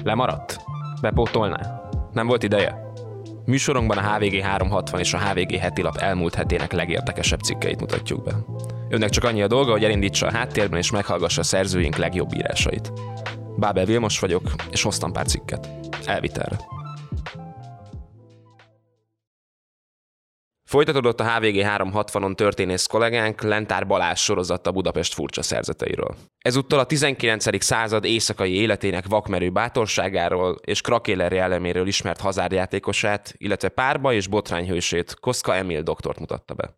Lemaradt? Bepótolná? Nem volt ideje? Műsorunkban a HVG 360 és a HVG heti lap elmúlt hetének legérdekesebb cikkeit mutatjuk be. Önnek csak annyi a dolga, hogy elindítsa a háttérben és meghallgassa a szerzőink legjobb írásait. Bábel Vilmos vagyok, és hoztam pár cikket. Elvitelre. Folytatódott a HVG 360-on történész kollégánk Lentár Balázs sorozata Budapest furcsa szerzeteiről. Ezúttal a 19. század éjszakai életének vakmerő bátorságáról és Krakéler jelleméről ismert hazárjátékosát, illetve párbaj és botrányhősét, Koszka Emil doktort mutatta be.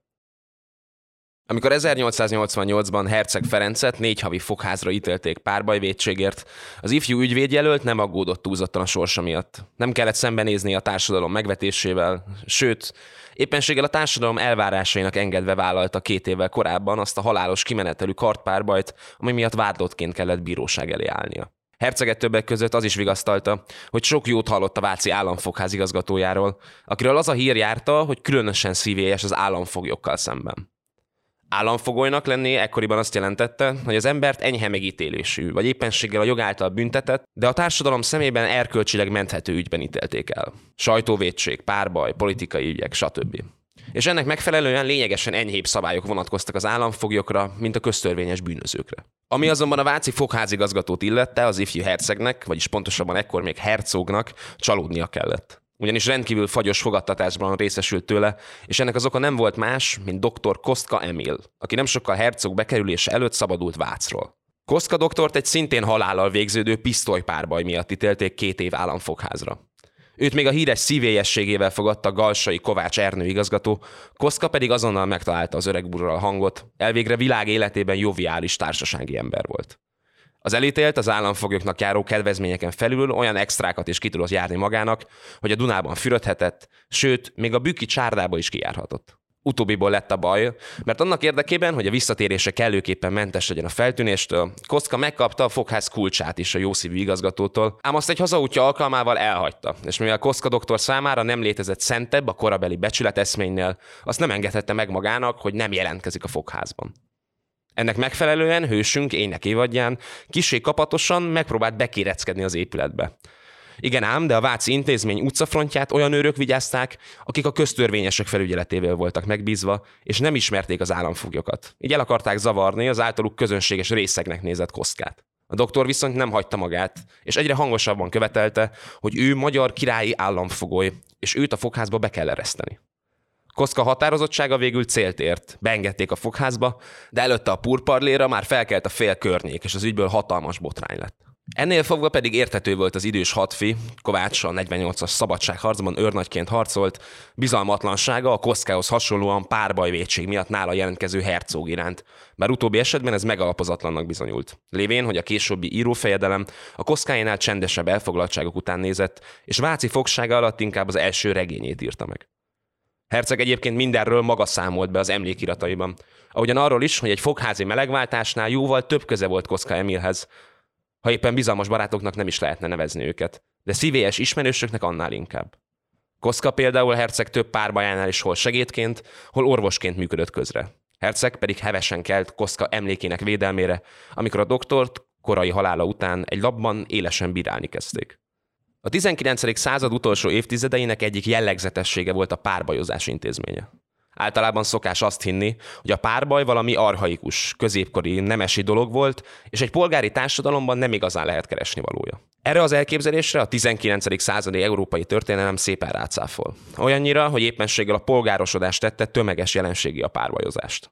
Amikor 1888-ban Herceg Ferencet 4 havi fogházra ítélték párbajvétségért, az ifjú ügyvédjelölt nem aggódott túlzottan a sorsa miatt. Nem kellett szembenézni a társadalom megvetésével, sőt, éppenséggel a társadalom elvárásainak engedve vállalta 2 évvel korábban azt a halálos kimenetelű kartpárbajt, ami miatt vádlottként kellett bíróság elé állnia. Herceget többek között az is vigasztalta, hogy sok jót hallott a váci államfogház igazgatójáról, akiről az a hír járta, hogy különösen szívélyes az államfoglyokkal szemben. Államfogolynak lenni ekkoriban azt jelentette, hogy az embert enyhe megítélésű, vagy éppenséggel a jog által büntetett, de a társadalom szemében erkölcsileg menthető ügyben ítélték el. Sajtóvétség, párbaj, politikai ügyek, stb. És ennek megfelelően lényegesen enyhébb szabályok vonatkoztak az államfoglyokra, mint a köztörvényes bűnözőkre. Ami azonban a váci fogházigazgatót illette, az ifjú hercegnek, vagyis pontosabban ekkor még hercognak csalódnia kellett. Ugyanis rendkívül fagyos fogadtatásban részesült tőle, és ennek az oka nem volt más, mint dr. Koszka Emil, aki nem sokkal hercog bekerülése előtt szabadult Vácról. Koszka doktort egy szintén halállal végződő pisztolypárbaj miatt ítélték 2 év államfogházra. Őt még a híres szívélyességével fogadta Galsai Kovács Ernő igazgató, Koszka pedig azonnal megtalálta az öreg burral hangot, elvégre világ életében joviális társasági ember volt. Az elítélt az államfoglyoknak járó kedvezményeken felül olyan extrákat is ki tudott járni magának, hogy a Dunában fürödhetett, sőt, még a Bükki csárdába is kijárhatott. Utóbbiból lett a baj, mert annak érdekében, hogy a visszatérése kellőképpen mentes legyen a feltűnéstől, Koszka megkapta a fogház kulcsát is a jószívű igazgatótól, ám azt egy hazaútja alkalmával elhagyta, és mivel Koszka doktor számára nem létezett szentebb a korabeli becsületeszménynél, azt nem engedhette meg magának, hogy nem jelentkezik a fogházban. Ennek megfelelően hősünk énnek évadján kissé kapatosan megpróbált bekéreckedni az épületbe. Igen ám, de a váci intézmény utcafrontját olyan őrök vigyázták, akik a köztörvényesek felügyeletével voltak megbízva, és nem ismerték az államfoglyokat. Így el akarták zavarni az általuk közönséges részegnek nézett Koszkát. A doktor viszont nem hagyta magát, és egyre hangosabban követelte, hogy ő magyar királyi államfogoly, és őt a fogházba be kell ereszteni. Koszka határozottsága végül célt ért, beengedték a fogházba, de előtte a purparléra már felkelt a fél környék, és az ügyből hatalmas botrány lett. Ennél fogva pedig érthető volt az idős hadfi, Kovács a 48-as szabadságharcban őrnagyként harcolt, bizalmatlansága a Koszkához hasonlóan párbajvétség miatt nála jelentkező hercog iránt, bár utóbbi esetben ez megalapozatlannak bizonyult. Lévén, hogy a későbbi írófejedelem a Koszkáinál csendesebb elfoglaltságok után nézett, és váci fogsága alatt inkább az első regényét írta meg. Herceg egyébként mindenről maga számolt be az emlékirataiban, ahogyan arról is, hogy egy fogházi melegváltásnál jóval több köze volt Koszka Emilhez, ha éppen bizalmas barátoknak nem is lehetne nevezni őket, de szívélyes ismerősöknek annál inkább. Koszka például herceg több párbajánál is hol segédként, hol orvosként működött közre. Herceg pedig hevesen kelt Koszka emlékének védelmére, amikor a doktort korai halála után egy labban élesen bírálni kezdték. A 19. század utolsó évtizedeinek egyik jellegzetessége volt a párbajozás intézménye. Általában szokás azt hinni, hogy a párbaj valami archaikus, középkori, nemesi dolog volt, és egy polgári társadalomban nem igazán lehet keresni valója. Erre az elképzelésre a 19. századi európai történelem szépen rácáfol. Olyannyira, hogy éppenséggel a polgárosodás tette tömeges jelenséggé a párbajozást.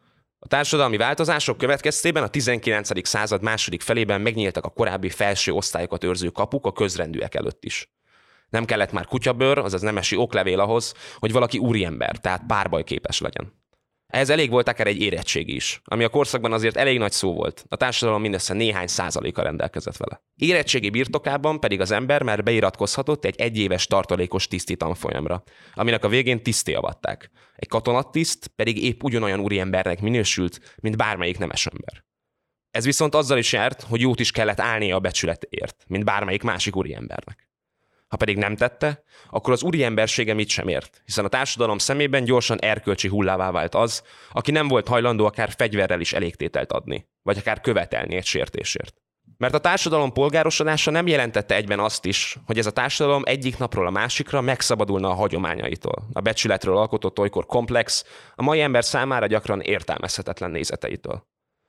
A társadalmi változások következtében a 19. század második felében megnyíltak a korábbi felső osztályokat őrző kapuk a közrendűek előtt is. Nem kellett már kutyabőr, azaz nemesi oklevél ahhoz, hogy valaki úriember, tehát párbajképes legyen. Ehhez elég volt akár egy érettségi is, ami a korszakban azért elég nagy szó volt, a társadalom mindössze néhány százaléka rendelkezett vele. Érettségi birtokában pedig az ember már beiratkozhatott egy 1 éves tartalékos tiszti tanfolyamra, aminek a végén tiszté avatták. Egy katonatiszt pedig épp ugyanolyan úriembernek minősült, mint bármelyik nemes ember. Ez viszont azzal is járt, hogy jót is kellett állnia a becsületért, mint bármelyik másik úriembernek. Ha pedig nem tette, akkor az úriembersége mit sem ért, hiszen a társadalom szemében gyorsan erkölcsi hullává vált az, aki nem volt hajlandó akár fegyverrel is elégtételt adni, vagy akár követelni egy sértésért. Mert a társadalom polgárosodása nem jelentette egyben azt is, hogy ez a társadalom egyik napról a másikra megszabadulna a hagyományaitól, a becsületről alkotott olykor komplex, a mai ember számára gyakran értelmezhetetlen nézeteitől.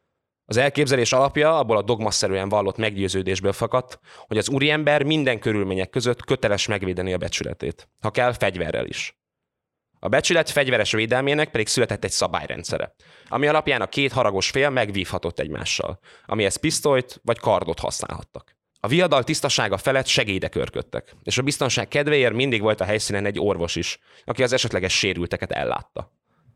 Az elképzelés alapja abból a dogmaszerűen vallott meggyőződésből fakadt, hogy az úriember minden körülmények között köteles megvédeni a becsületét, ha kell fegyverrel is. A becsület fegyveres védelmének pedig született egy szabályrendszere, ami alapján a két haragos fél megvívhatott egymással, amihez pisztolyt vagy kardot használhattak. A viadal tisztasága felett segédek őrködtek, és a biztonság kedvéért mindig volt a helyszínen egy orvos is, aki az esetleges sérülteket ellátta.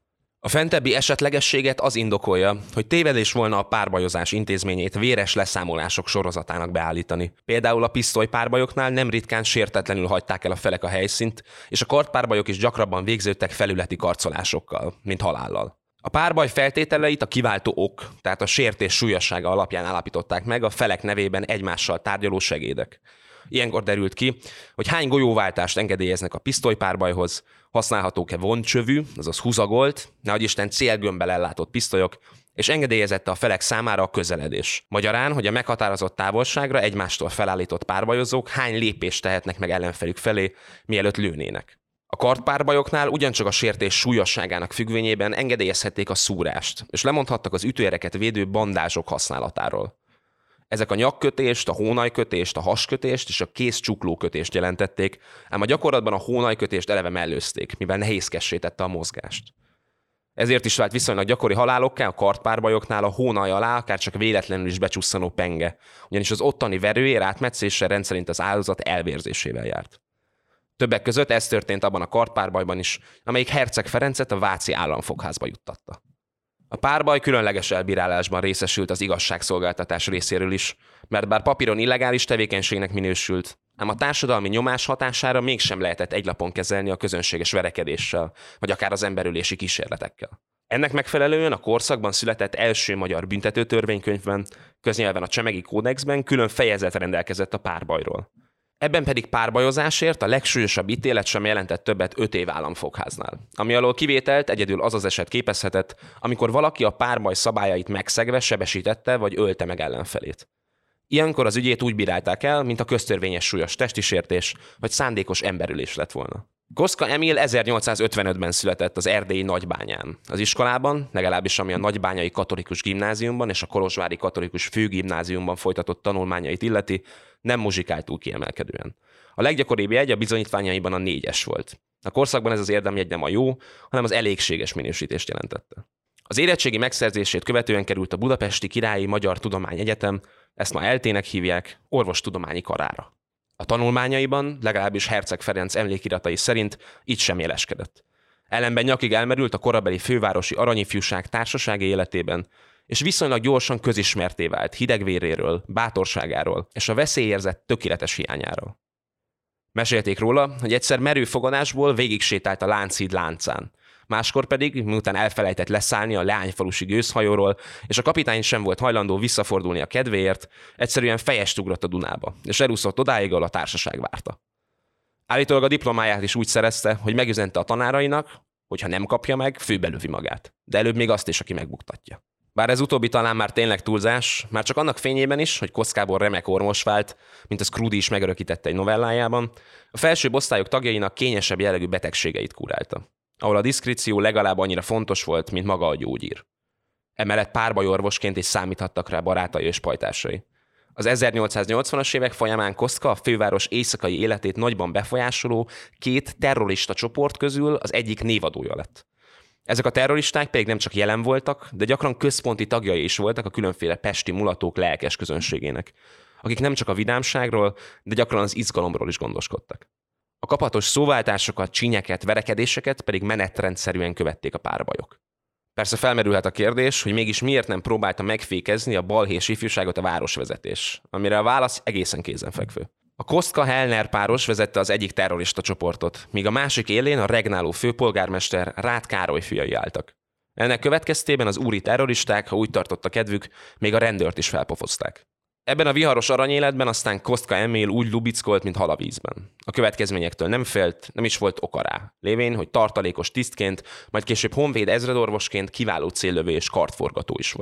A fentebbi esetlegességet az indokolja, hogy tévedés volna a párbajozás intézményét véres leszámolások sorozatának beállítani. Például a pisztolypárbajoknál nem ritkán sértetlenül hagyták el a felek a helyszínt, és a kardpárbajok is gyakrabban végződtek felületi karcolásokkal, mint halállal. A párbaj feltételeit a kiváltó ok, tehát a sértés súlyossága alapján állapították meg a felek nevében egymással tárgyaló segédek. Ilyenkor derült ki, hogy hány golyóváltást engedélyeznek a pisztolypárbajhoz, használhatók-e voncsövű, azaz húzagolt, nehogy Isten célgömbbel ellátott pisztolyok, és engedélyezette a felek számára a közeledés. Magyarán, hogy a meghatározott távolságra egymástól felállított párbajozók hány lépést tehetnek meg ellenfelük felé, mielőtt lőnének. A kardpárbajoknál ugyancsak a sértés súlyosságának függvényében engedélyezhették a szúrást, és lemondhattak az ütőereket védő bandázsok használatáról. Ezek a nyakkötést, a hónajkötést, a haskötést és a kézcsuklókötést jelentették, ám a gyakorlatban a hónajkötést eleve mellőzték, mivel nehézkessé tette a mozgást. Ezért is vált viszonylag gyakori halálokká a kardpárbajoknál a hónaj alá akár csak véletlenül is becsusszanó penge, ugyanis az ottani verőér átmetszéssel rendszerint az áldozat elvérzésével járt. Többek között ez történt abban a kardpárbajban is, amelyik Herceg Ferencet a váci államfogházba juttatta. A párbaj különleges elbírálásban részesült az igazságszolgáltatás részéről is, mert bár papíron illegális tevékenységnek minősült, ám a társadalmi nyomás hatására mégsem lehetett egy lapon kezelni a közönséges verekedéssel, vagy akár az emberölési kísérletekkel. Ennek megfelelően a korszakban született első magyar büntetőtörvénykönyvben, köznyelven a Csemegi Kódexben külön fejezet rendelkezett a párbajról. Ebben pedig párbajozásért a legsúlyosabb ítélet sem jelentett többet 5 év államfogháznál, ami alól kivételt egyedül az az eset képezhetett, amikor valaki a párbaj szabályait megszegve sebesítette vagy ölte meg ellenfelét. Ilyenkor az ügyét úgy bírálták el, mint a köztörvényes súlyos testi sértés vagy szándékos emberülés lett volna. Kosztka Emil 1855-ben született az erdélyi Nagybányán. Az iskolában, legalábbis ami a Nagybányai Katolikus Gimnáziumban és a Kolozsvári Katolikus Főgimnáziumban folytatott tanulmányait illeti, nem muzsikált túl kiemelkedően. A leggyakoribb jegy a bizonyítványaiban a 4-es volt. A korszakban ez az érdemjegy nem a jó, hanem az elégséges minősítést jelentette. Az érettségi megszerzését követően került a Budapesti Királyi Magyar Tudományegyetem, ezt ma ELTE-nek hívják, orvostudományi karára. A tanulmányaiban, legalábbis Herceg Ferenc emlékiratai szerint így sem jeleskedett. Ellenben nyakig elmerült a korabeli fővárosi aranyifjúság társasági életében, és viszonylag gyorsan közismertté vált hidegvéréről, bátorságáról és a veszélyérzet tökéletes hiányáról. Mesélték róla, hogy egyszer merő fogadásból végig sétált a Lánchíd láncán. Máskor pedig, miután elfelejtett leszállni a leányfalusi gőzhajóról, és a kapitány sem volt hajlandó visszafordulni a kedvéért, egyszerűen fejest ugrott a Dunába, és elúszott odáig, ahol a társaság várta. Állítólag a diplomáját is úgy szerezte, hogy megüzente a tanárainak, hogy ha nem kapja meg, főbelövi magát. De előbb még azt is, aki megbuktatja. Bár ez utóbbi talán már tényleg túlzás, már csak annak fényében is, hogy kockából remek orvos vált, mint az Krúdy is megörökítette egy novellájában, a felsőbb osztályok tagjainak kényesebb jellegű betegségeit kurálta, ahol a diszkréció legalább annyira fontos volt, mint maga a gyógyír. Emellett párbajorvosként is számíthattak rá barátai és pajtásai. Az 1880-as évek folyamán Kosztka a főváros éjszakai életét nagyban befolyásoló 2 terrorista csoport közül az egyik névadója lett. Ezek a terroristák pedig nem csak jelen voltak, de gyakran központi tagjai is voltak a különféle pesti mulatók lelkes közönségének, akik nem csak a vidámságról, de gyakran az izgalomról is gondoskodtak. A kapatos szóváltásokat, csínyeket, verekedéseket pedig menetrendszerűen követték a párbajok. Persze felmerülhet a kérdés, hogy mégis miért nem próbálta megfékezni a balhés ifjúságot a városvezetés, amire a válasz egészen kézenfekvő. A Kostka-Hellner páros vezette az egyik terrorista csoportot, míg a másik élén a regnáló főpolgármester Ráth Károly fiai álltak. Ennek következtében az úri terroristák, ha úgy tartotta kedvük, még a rendőrt is felpofozták. Ebben a viharos aranyéletben aztán Kosztka Emil úgy lubickolt, mint hal a vízben. A következményektől nem félt, nem is volt oka rá, lévén, hogy tartalékos tisztként, majd később honvéd ezredorvosként kiváló céllövő és kartforgató is volt.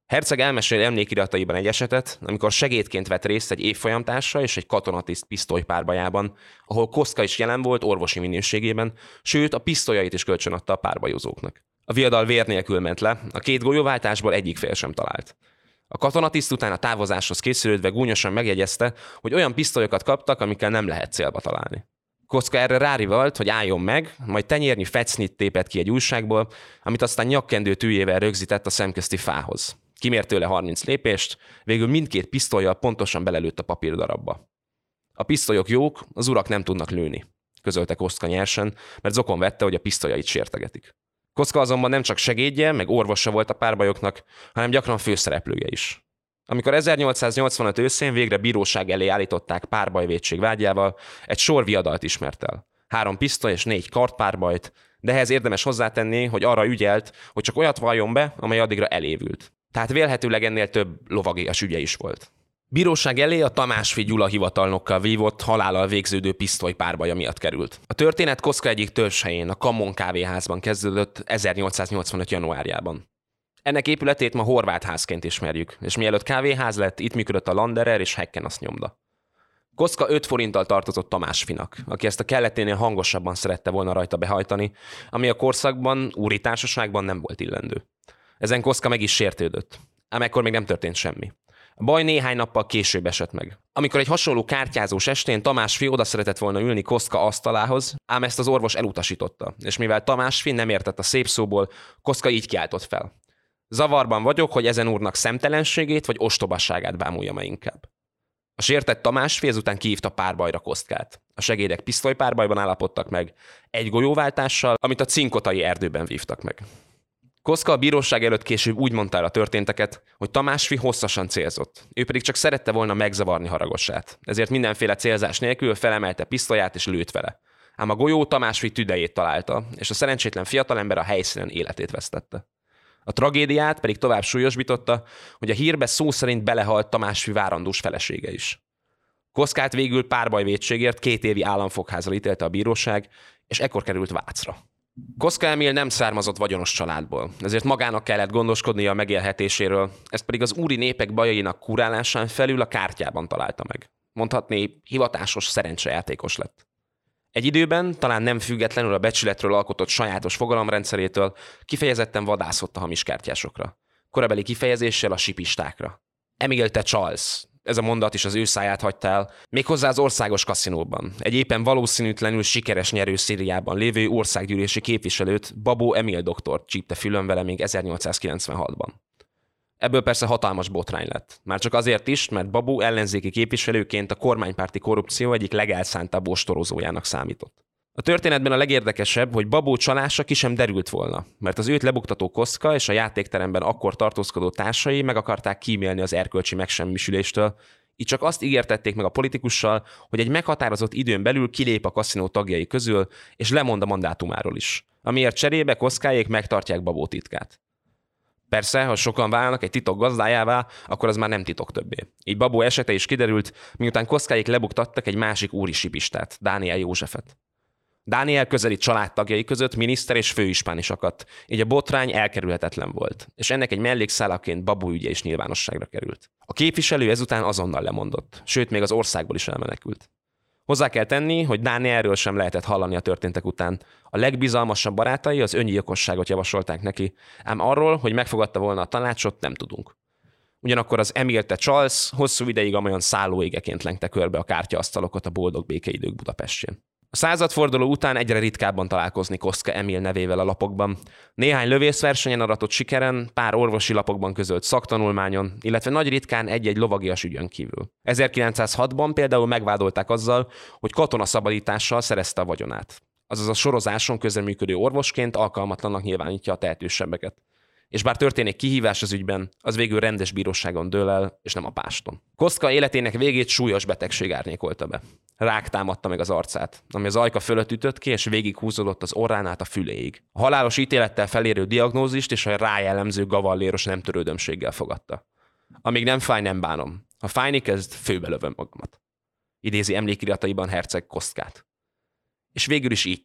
Herceg elmesél emlékirataiban egy esetet, amikor segédként vett részt egy évfolyamtársa és egy katonatiszt pisztolypárbajában, ahol Kosztka is jelen volt orvosi minőségében, sőt a pisztolyait is kölcsönadta a párbajozóknak. A viadal vér nélkül ment le, a két golyóváltásból egyik fél sem talált. A katonatiszt után a távozáshoz készülődve gúnyosan megjegyezte, hogy olyan pisztolyokat kaptak, amikkel nem lehet célba találni. Kosztka erre rárivalt, hogy álljon meg, majd tenyérnyi fecnit tépett ki egy újságból, amit aztán nyakkendő tűjével rögzített a szemközti fához. Kimért tőle 30 lépést, végül mindkét pisztollyal pontosan belelőtt a papírdarabba. A pisztolyok jók, az urak nem tudnak lőni, közölte Kosztka nyersen, mert zokon vette, hogy a pisztolyait sértegetik. Kosztka azonban nem csak segédje, meg orvosa volt a párbajoknak, hanem gyakran főszereplője is. Amikor 1885 őszén végre bíróság elé állították párbajvétség vágyával, egy sor viadalt ismert el. 3 pisztoly és 4 kartpárbajt, de ehhez érdemes hozzátenni, hogy arra ügyelt, hogy csak olyat valljon be, amely addigra elévült. Tehát vélhetőleg ennél több lovagias ügye is volt. Bíróság elé a Tamásffy Gyula hivatalnokkal vívott, halállal végződő pisztoly párbaja miatt került. A történet Kosztka egyik törzshelyén, a Kammon kávéházban kezdődött 1885. januárjában. Ennek épületét ma Horváth házként ismerjük, és mielőtt kávéház lett, itt működött a Landerer és Hekkenasz nyomda. Kosztka 5 forinttal tartozott Tamásffynak, aki ezt a kelleténél hangosabban szerette volna rajta behajtani, ami a korszakban, úri társaságban nem volt illendő. Ezen Kosztka meg is sértődött, ám ekkor még nem történt semmi. A baj néhány nappal később esett meg. Amikor egy hasonló kártyázós estén Tamásffy oda szeretett volna ülni Kosztka asztalához, ám ezt az orvos elutasította, és mivel Tamásffy nem értett a szép szóból, Kosztka így kiáltott fel. Zavarban vagyok, hogy ezen úrnak szemtelenségét vagy ostobasságát bámuljam inkább. A sértett Tamásffy ezután kihívta párbajra Kosztkát. A segédek pisztolypárbajban állapodtak meg, egy golyóváltással, amit a Cinkotai erdőben vívtak meg. Kosztka a bíróság előtt később úgy mondta el a történteket, hogy Tamásffy hosszasan célzott, ő pedig csak szerette volna megzavarni Haragosát, ezért mindenféle célzás nélkül felemelte pisztolyát és lőtt vele. Ám a golyó Tamásffy tüdejét találta, és a szerencsétlen fiatalember a helyszínen életét vesztette. A tragédiát pedig tovább súlyosbította, hogy a hírbe szó szerint belehalt Tamásffy várandós felesége is. Koszkát végül párbajvétségért 2 évi államfogházal ítélte a bíróság, és ekkor került Vácra. Kosztka Emil nem származott vagyonos családból, ezért magának kellett gondoskodnia a megélhetéséről, ezt pedig az úri népek bajainak kurálásán felül a kártyában találta meg. Mondhatni, hivatásos szerencsejátékos lett. Egy időben, talán nem függetlenül a becsületről alkotott sajátos fogalomrendszerétől, kifejezetten vadászott a hamis kártyásokra. Korabeli kifejezéssel a sipistákra. Emil, te csalsz! Ez a mondat is az ő száját hagyta el, méghozzá az országos kaszinóban. Egy éppen valószínűtlenül sikeres nyerő Szíriában lévő országgyűlési képviselőt, Babó Emil doktort csípte fülön vele még 1896-ban. Ebből persze hatalmas botrány lett. Már csak azért is, mert Babó ellenzéki képviselőként a kormánypárti korrupció egyik legelszántabb ostorozójának számított. A történetben a legérdekesebb, hogy Babó csalása ki sem derült volna, mert az őt lebuktató Kosztka és a játékteremben akkor tartózkodó társai meg akarták kímélni az erkölcsi megsemmisüléstől, így csak azt ígértették meg a politikussal, hogy egy meghatározott időn belül kilép a kaszinó tagjai közül, és lemond a mandátumáról is, amiért cserébe Koszkáék megtartják Babó titkát. Persze, ha sokan válnak egy titok gazdájává, akkor az már nem titok többé. Így Babó esete is kiderült, miután Koszkáék lebuktattak egy másik úri sipistát, Dániel Józsefet. Dániel közeli családtagjai között miniszter és főispán is akadt, így a botrány elkerülhetetlen volt, és ennek egy mellékszálaként Babó ügye is nyilvánosságra került. A képviselő ezután azonnal lemondott, sőt még az országból is elmenekült. Hozzá kell tenni, hogy Dánielről sem lehetett hallani a történtek után. A legbizalmasabb barátai az öngyilkosságot javasolták neki, ám arról, hogy megfogadta volna a tanácsot, nem tudunk. Ugyanakkor az Emil, te csalsz hosszú ideig amolyan szállóégeként lengte körbe a kártyaasztalokat a boldog békeidők Budapestjén. A századforduló után egyre ritkábban találkozni Kosztka Emil nevével a lapokban. Néhány lövészversenyen aratott sikeren, pár orvosi lapokban közölt szaktanulmányon, illetve nagy ritkán egy-egy lovagias ügyön kívül. 1906-ban például megvádolták azzal, hogy katonaszabadítással szerezte a vagyonát. Azaz a sorozáson közreműködő orvosként alkalmatlannak nyilvánítja a tehetősebbeket. És bár történik kihívás az ügyben, az végül rendes bíróságon dől el, és nem a páston. Kosztka életének végét súlyos betegség árnyékolta be. Rák támadta meg az arcát, ami az ajka fölött ütött ki, és végighúzódott az orrán át a füléig. A halálos ítélettel felérő diagnózist és a rájellemző gavalléros nemtörődömséggel fogadta. Amíg nem fáj, nem bánom. Ha fájni kezd, főbe lövöm magamat. Idézi emlékirataiban Herceg Kosztkát. És végül is így tett.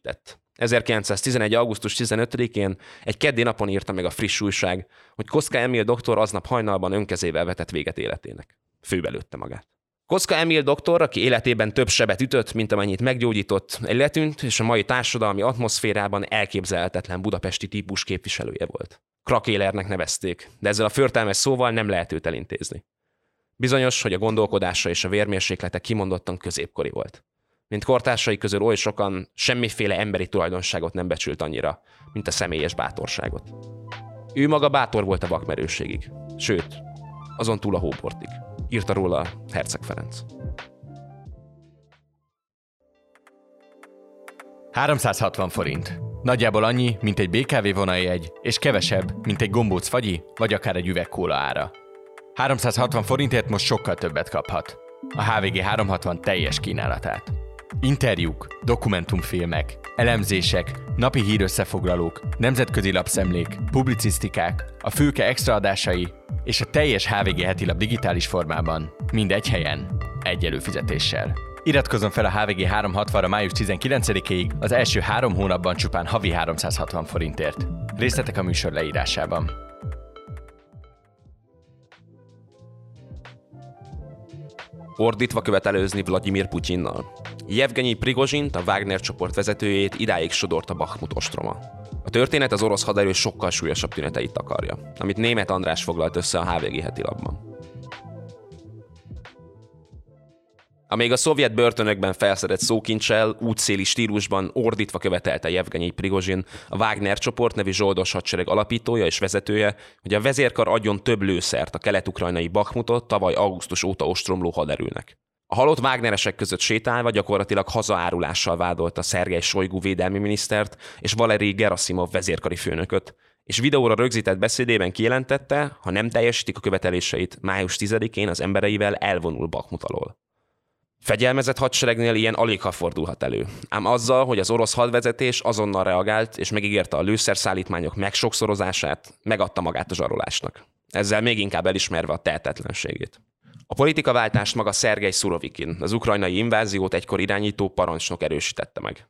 1911. augusztus 15-én egy keddi napon írta meg a friss újság, hogy Kosztka Emil doktor aznap hajnalban önkezével vetett véget életének. Főbe lőtte magát. Kosztka Emil doktor, aki életében több sebet ütött, mint amennyit meggyógyított, egy letűnt és a mai társadalmi atmoszférában elképzelhetetlen budapesti típus képviselője volt. Krakélernek nevezték, de ezzel a förtelmes szóval nem lehet őt elintézni. Bizonyos, hogy a gondolkodása és a vérmérséklete kimondottan középkori volt. Mint kortársai közül oly sokan semmiféle emberi tulajdonságot nem becsült annyira, mint a személyes bátorságot. Ő maga bátor volt a vakmerőségig, sőt, azon túl a hóbortig. Írta róla Herceg Ferenc. 360 forint. Nagyjából annyi, mint egy BKV vonaljegy, és kevesebb, mint egy gombóc fagyi, vagy akár egy üveg kóla ára. 360 forintért most sokkal többet kaphat. A HVG 360 teljes kínálatát. Interjúk, dokumentumfilmek, elemzések, napi hírösszefoglalók, nemzetközi lapszemlék, publicisztikák, a Fülke extra adásai és a teljes HVG hetilap digitális formában, mind egy helyen, egy előfizetéssel. Iratkozzon fel a HVG 360-ra május 19-ig, az első 3 hónapban csupán havi 360 forintért. Részletek a műsor leírásában. Ordítva követelőzni Vladimir Putyinnal. Jevgenyi Prigozsint, a Wagner csoport vezetőjét idáig sodorta Bakhmut ostroma. A történet az orosz haderő sokkal súlyosabb tüneteit takarja, amit Németh András foglalt össze a HVG hetilapban. Amíg a szovjet börtönökben felszedett szókincsel, útszéli stílusban ordítva követelte Jevgenyi Prigozsin, a Wagner csoport nevű zsoldos hadsereg alapítója és vezetője, hogy a vezérkar adjon több lőszert a kelet-ukrajnai Bakhmutot tavaly augusztus óta ostromló haderőnek. A halott Wagneresek között sétálva gyakorlatilag hazaárulással vádolta Szergej Sojgu védelmi minisztert és Valerij Gerasimov vezérkari főnököt, és videóra rögzített beszédében kijelentette, ha nem teljesítik a követeléseit, május 10-én az embereivel elvonul Bakhmut alól. Fegyelmezett hadseregnél ilyen aligha fordulhat elő. Ám azzal, hogy az orosz hadvezetés azonnal reagált és megígérte a lőszerszállítmányok megsokszorozását, megadta magát a zsarolásnak. Ezzel még inkább elismerve a tehetetlenségét. A politikaváltást maga Szergej Szurovikin, az ukrajnai inváziót egykor irányító parancsnok erősítette meg.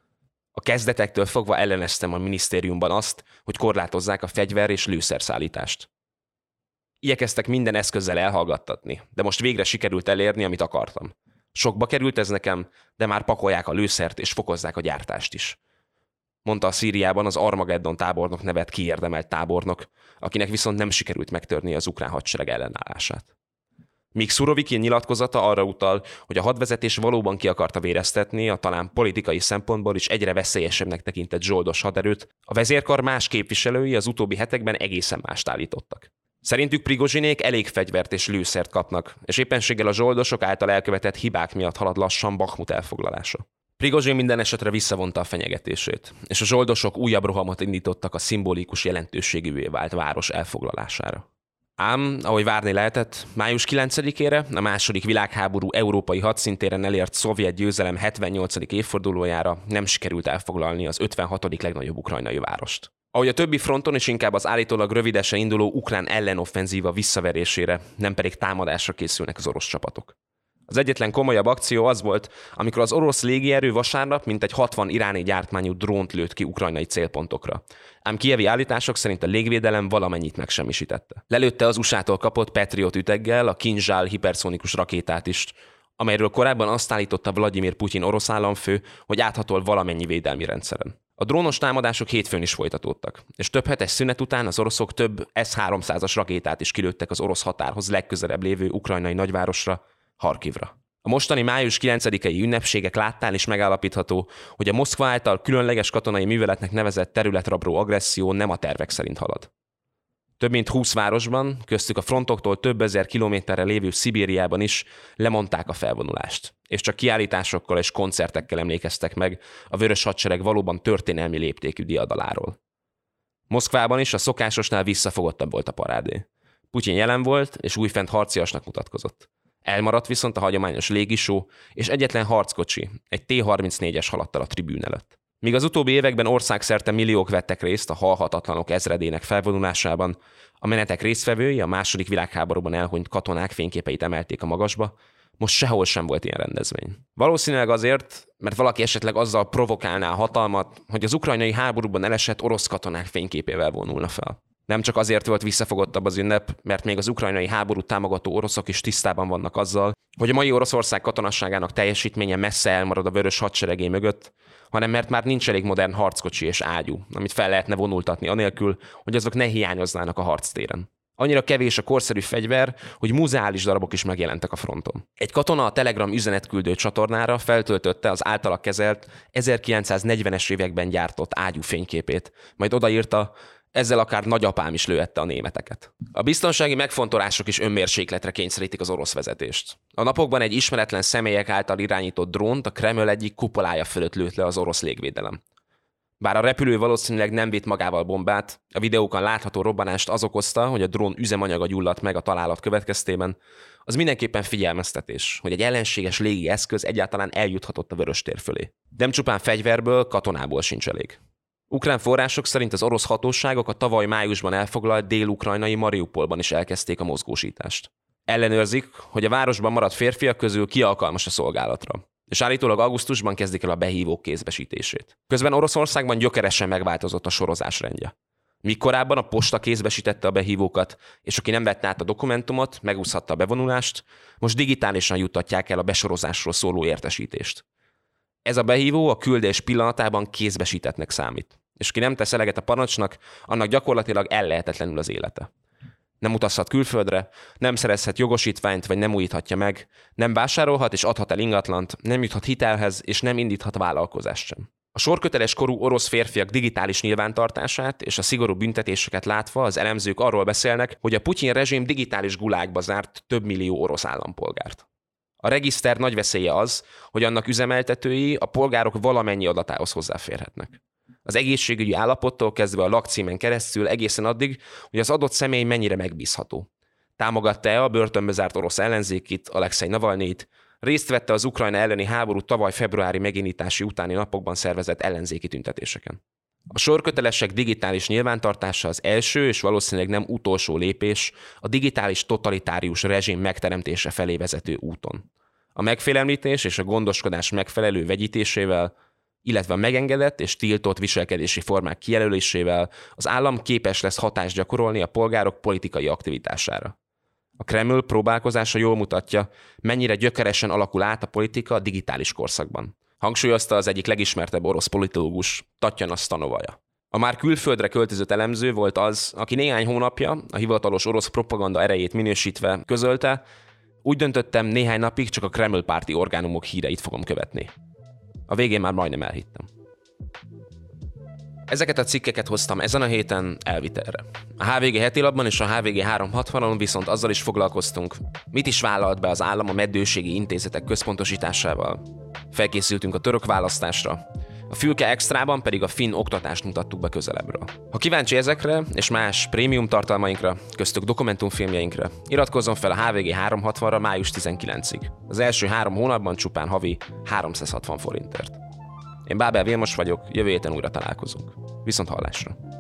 A kezdetektől fogva elleneztem a minisztériumban azt, hogy korlátozzák a fegyver- és lőszerszállítást. Igyekeztek minden eszközzel elhallgattatni, de most végre sikerült elérni, amit akartam. Sokba került ez nekem, de már pakolják a lőszert és fokozzák a gyártást is. Mondta a Szíriában az Armageddon tábornok nevet kiérdemelt tábornok, akinek viszont nem sikerült megtörni az ukrán hadsereg ellenállását. Míg Szurovikin nyilatkozata arra utal, hogy a hadvezetés valóban ki akarta véreztetni a talán politikai szempontból is egyre veszélyesebbnek tekintett zsoldos haderőt, a vezérkar más képviselői az utóbbi hetekben egészen mást állítottak. Szerintük Prigozsinék elég fegyvert és lőszert kapnak, és éppenséggel a zsoldosok által elkövetett hibák miatt halad lassan Bakhmut elfoglalása. Prigozsin minden esetre visszavonta a fenyegetését, és a zsoldosok újabb rohamot indítottak a szimbolikus jelentőségűvé vált város elfoglalására. Ám, ahogy várni lehetett, május 9-ére, a második világháború európai hadszintéren elért szovjet győzelem 78. évfordulójára nem sikerült elfoglalni az 56. legnagyobb ukrajnai várost. Ahogy a többi fronton is inkább az állítólag rövidesen induló ukrán ellenoffenzíva visszaverésére, nem pedig támadásra készülnek az orosz csapatok. Az egyetlen komolyabb akció az volt, amikor az orosz légierő vasárnap mintegy 60 iráni gyártmányú drónt lőtt ki ukrajnai célpontokra. Ám kijevi állítások szerint a légvédelem valamennyit megsemmisítette. Lelőtte az USA-tól kapott Patriot üteggel a Kinzsál hiperszonikus rakétát is, amelyről korábban azt állította Vladimir Putyin orosz államfő, hogy áthatol valamennyi védelmi rendszeren. A drónos támadások hétfőn is folytatódtak, és több hetes szünet után az oroszok több S-300-as rakétát is kilőttek az orosz határhoz legközelebb lévő ukrajnai nagyvárosra, Harkivra. A mostani május 9-i ünnepségek láttán is megállapítható, hogy a Moszkva által különleges katonai műveletnek nevezett területrabló agresszió nem a tervek szerint halad. Több mint 20 városban, köztük a frontoktól több ezer kilométerre lévő Szibériában is lemondták a felvonulást, és csak kiállításokkal és koncertekkel emlékeztek meg a Vörös Hadsereg valóban történelmi léptékű diadaláról. Moszkvában is a szokásosnál visszafogottabb volt a parádé. Putyin jelen volt, és újfent harciasnak mutatkozott. Elmaradt viszont a hagyományos légisó, és egyetlen harckocsi, egy T-34-es haladt el a tribűn előtt. Míg az utóbbi években országszerte milliók vettek részt a halhatatlanok ezredének felvonulásában, a menetek résztvevői a második világháborúban elhunyt katonák fényképeit emelték a magasba, Most sehol sem volt ilyen rendezvény. Valószínűleg azért, mert valaki esetleg azzal provokálná a hatalmat, hogy az ukrajnai háborúban elesett orosz katonák fényképével vonulna fel. Nem csak azért volt visszafogottabb az ünnep, mert még az ukrajnai háborút támogató oroszok is tisztában vannak azzal, hogy a mai Oroszország katonasságának teljesítménye messze elmarad a vörös hadseregé mögött, hanem mert már nincs elég modern harckocsi és ágyú, amit fel lehetne vonultatni anélkül, hogy azok ne hiányoznának a harctéren. Annyira kevés a korszerű fegyver, hogy muzeális darabok is megjelentek a fronton. Egy katona a Telegram üzenetküldő csatornára feltöltötte az általa kezelt 1940-es években gyártott ágyú fényképét, majd odaírta, ezzel akár nagyapám is lőhette a németeket. A biztonsági megfontolások is önmérsékletre kényszerítik az orosz vezetést. A napokban egy ismeretlen személyek által irányított drónt a Kreml egyik kupolája fölött lőtt le az orosz légvédelem. Bár a repülő valószínűleg nem vitt magával bombát, a videókon látható robbanást az okozta, hogy a drón üzemanyaga gyulladt meg a találat következtében, az mindenképpen figyelmeztetés, hogy egy ellenséges légi eszköz egyáltalán eljuthatott a vöröstér fölé. Nem csupán fegyverből, katonából sincs elég. Ukrán források szerint az orosz hatóságok a tavaly májusban elfoglalt dél-ukrajnai Mariupolban is elkezdték a mozgósítást. Ellenőrzik, hogy a városban maradt férfiak közül ki alkalmas a szolgálatra, és állítólag augusztusban kezdik el a behívók kézbesítését. Közben Oroszországban gyökeresen megváltozott a sorozás rendje. Míg korábban a posta kézbesítette a behívókat, és aki nem vette át a dokumentumot, megúszhatta a bevonulást, most digitálisan juttatják el a besorozásról szóló értesítést. Ez a behívó a küldés pillanatában kézbesítettnek számít, és ki nem tesz eleget a parancsnak, annak gyakorlatilag ellehetetlenül az élete. Nem utazhat külföldre, nem szerezhet jogosítványt, vagy nem újíthatja meg, nem vásárolhat és adhat el ingatlant, nem juthat hitelhez, és nem indíthat vállalkozást sem. A sorköteles korú orosz férfiak digitális nyilvántartását és a szigorú büntetéseket látva az elemzők arról beszélnek, hogy a Putyin rezsim digitális gulágba zárt több millió orosz állampolgárt. A regiszter nagy veszélye az, hogy annak üzemeltetői a polgárok valamennyi adatához hozzáférhetnek. Az egészségügyi állapottól kezdve a lakcímen keresztül egészen addig, hogy az adott személy mennyire megbízható. Támogatta-e a börtönbe zárt orosz ellenzékit, Alekszej Navalnyit, részt vette az Ukrajna elleni háború tavaly februári megindítási utáni napokban szervezett ellenzéki tüntetéseken. A sorkötelesek digitális nyilvántartása az első és valószínűleg nem utolsó lépés a digitális totalitárius rezsim megteremtése felé vezető úton. A megfélemlítés és a gondoskodás megfelelő vegyítésével, illetve a megengedett és tiltott viselkedési formák kijelölésével az állam képes lesz hatást gyakorolni a polgárok politikai aktivitására. A Kreml próbálkozása jól mutatja, mennyire gyökeresen alakul át a politika a digitális korszakban. Hangsúlyozta az egyik legismertebb orosz politológus, Tatjana Stanovaja. A már külföldre költözött elemző volt az, aki néhány hónapja, a hivatalos orosz propaganda erejét minősítve közölte, úgy döntöttem, néhány napig csak a Kreml párti orgánumok híreit fogom követni. A végén már majdnem elhittem. Ezeket a cikkeket hoztam ezen a héten elvitelre. A HVG hetilapban és a HVG 360-on viszont azzal is foglalkoztunk, mit is vállalt be az állam a meddőségi intézetek központosításával. Felkészültünk a török választásra, a Fülke Extrában pedig a finn oktatást mutattuk be közelebbről. Ha kíváncsi ezekre és más prémium tartalmainkra, köztük dokumentumfilmjeinkre, iratkozzon fel a HVG 360-ra május 19-ig. Az első 3 hónapban csupán havi 360 forintért. Én Bábel Vilmos vagyok, jövő héten újra találkozunk. Viszont hallásra!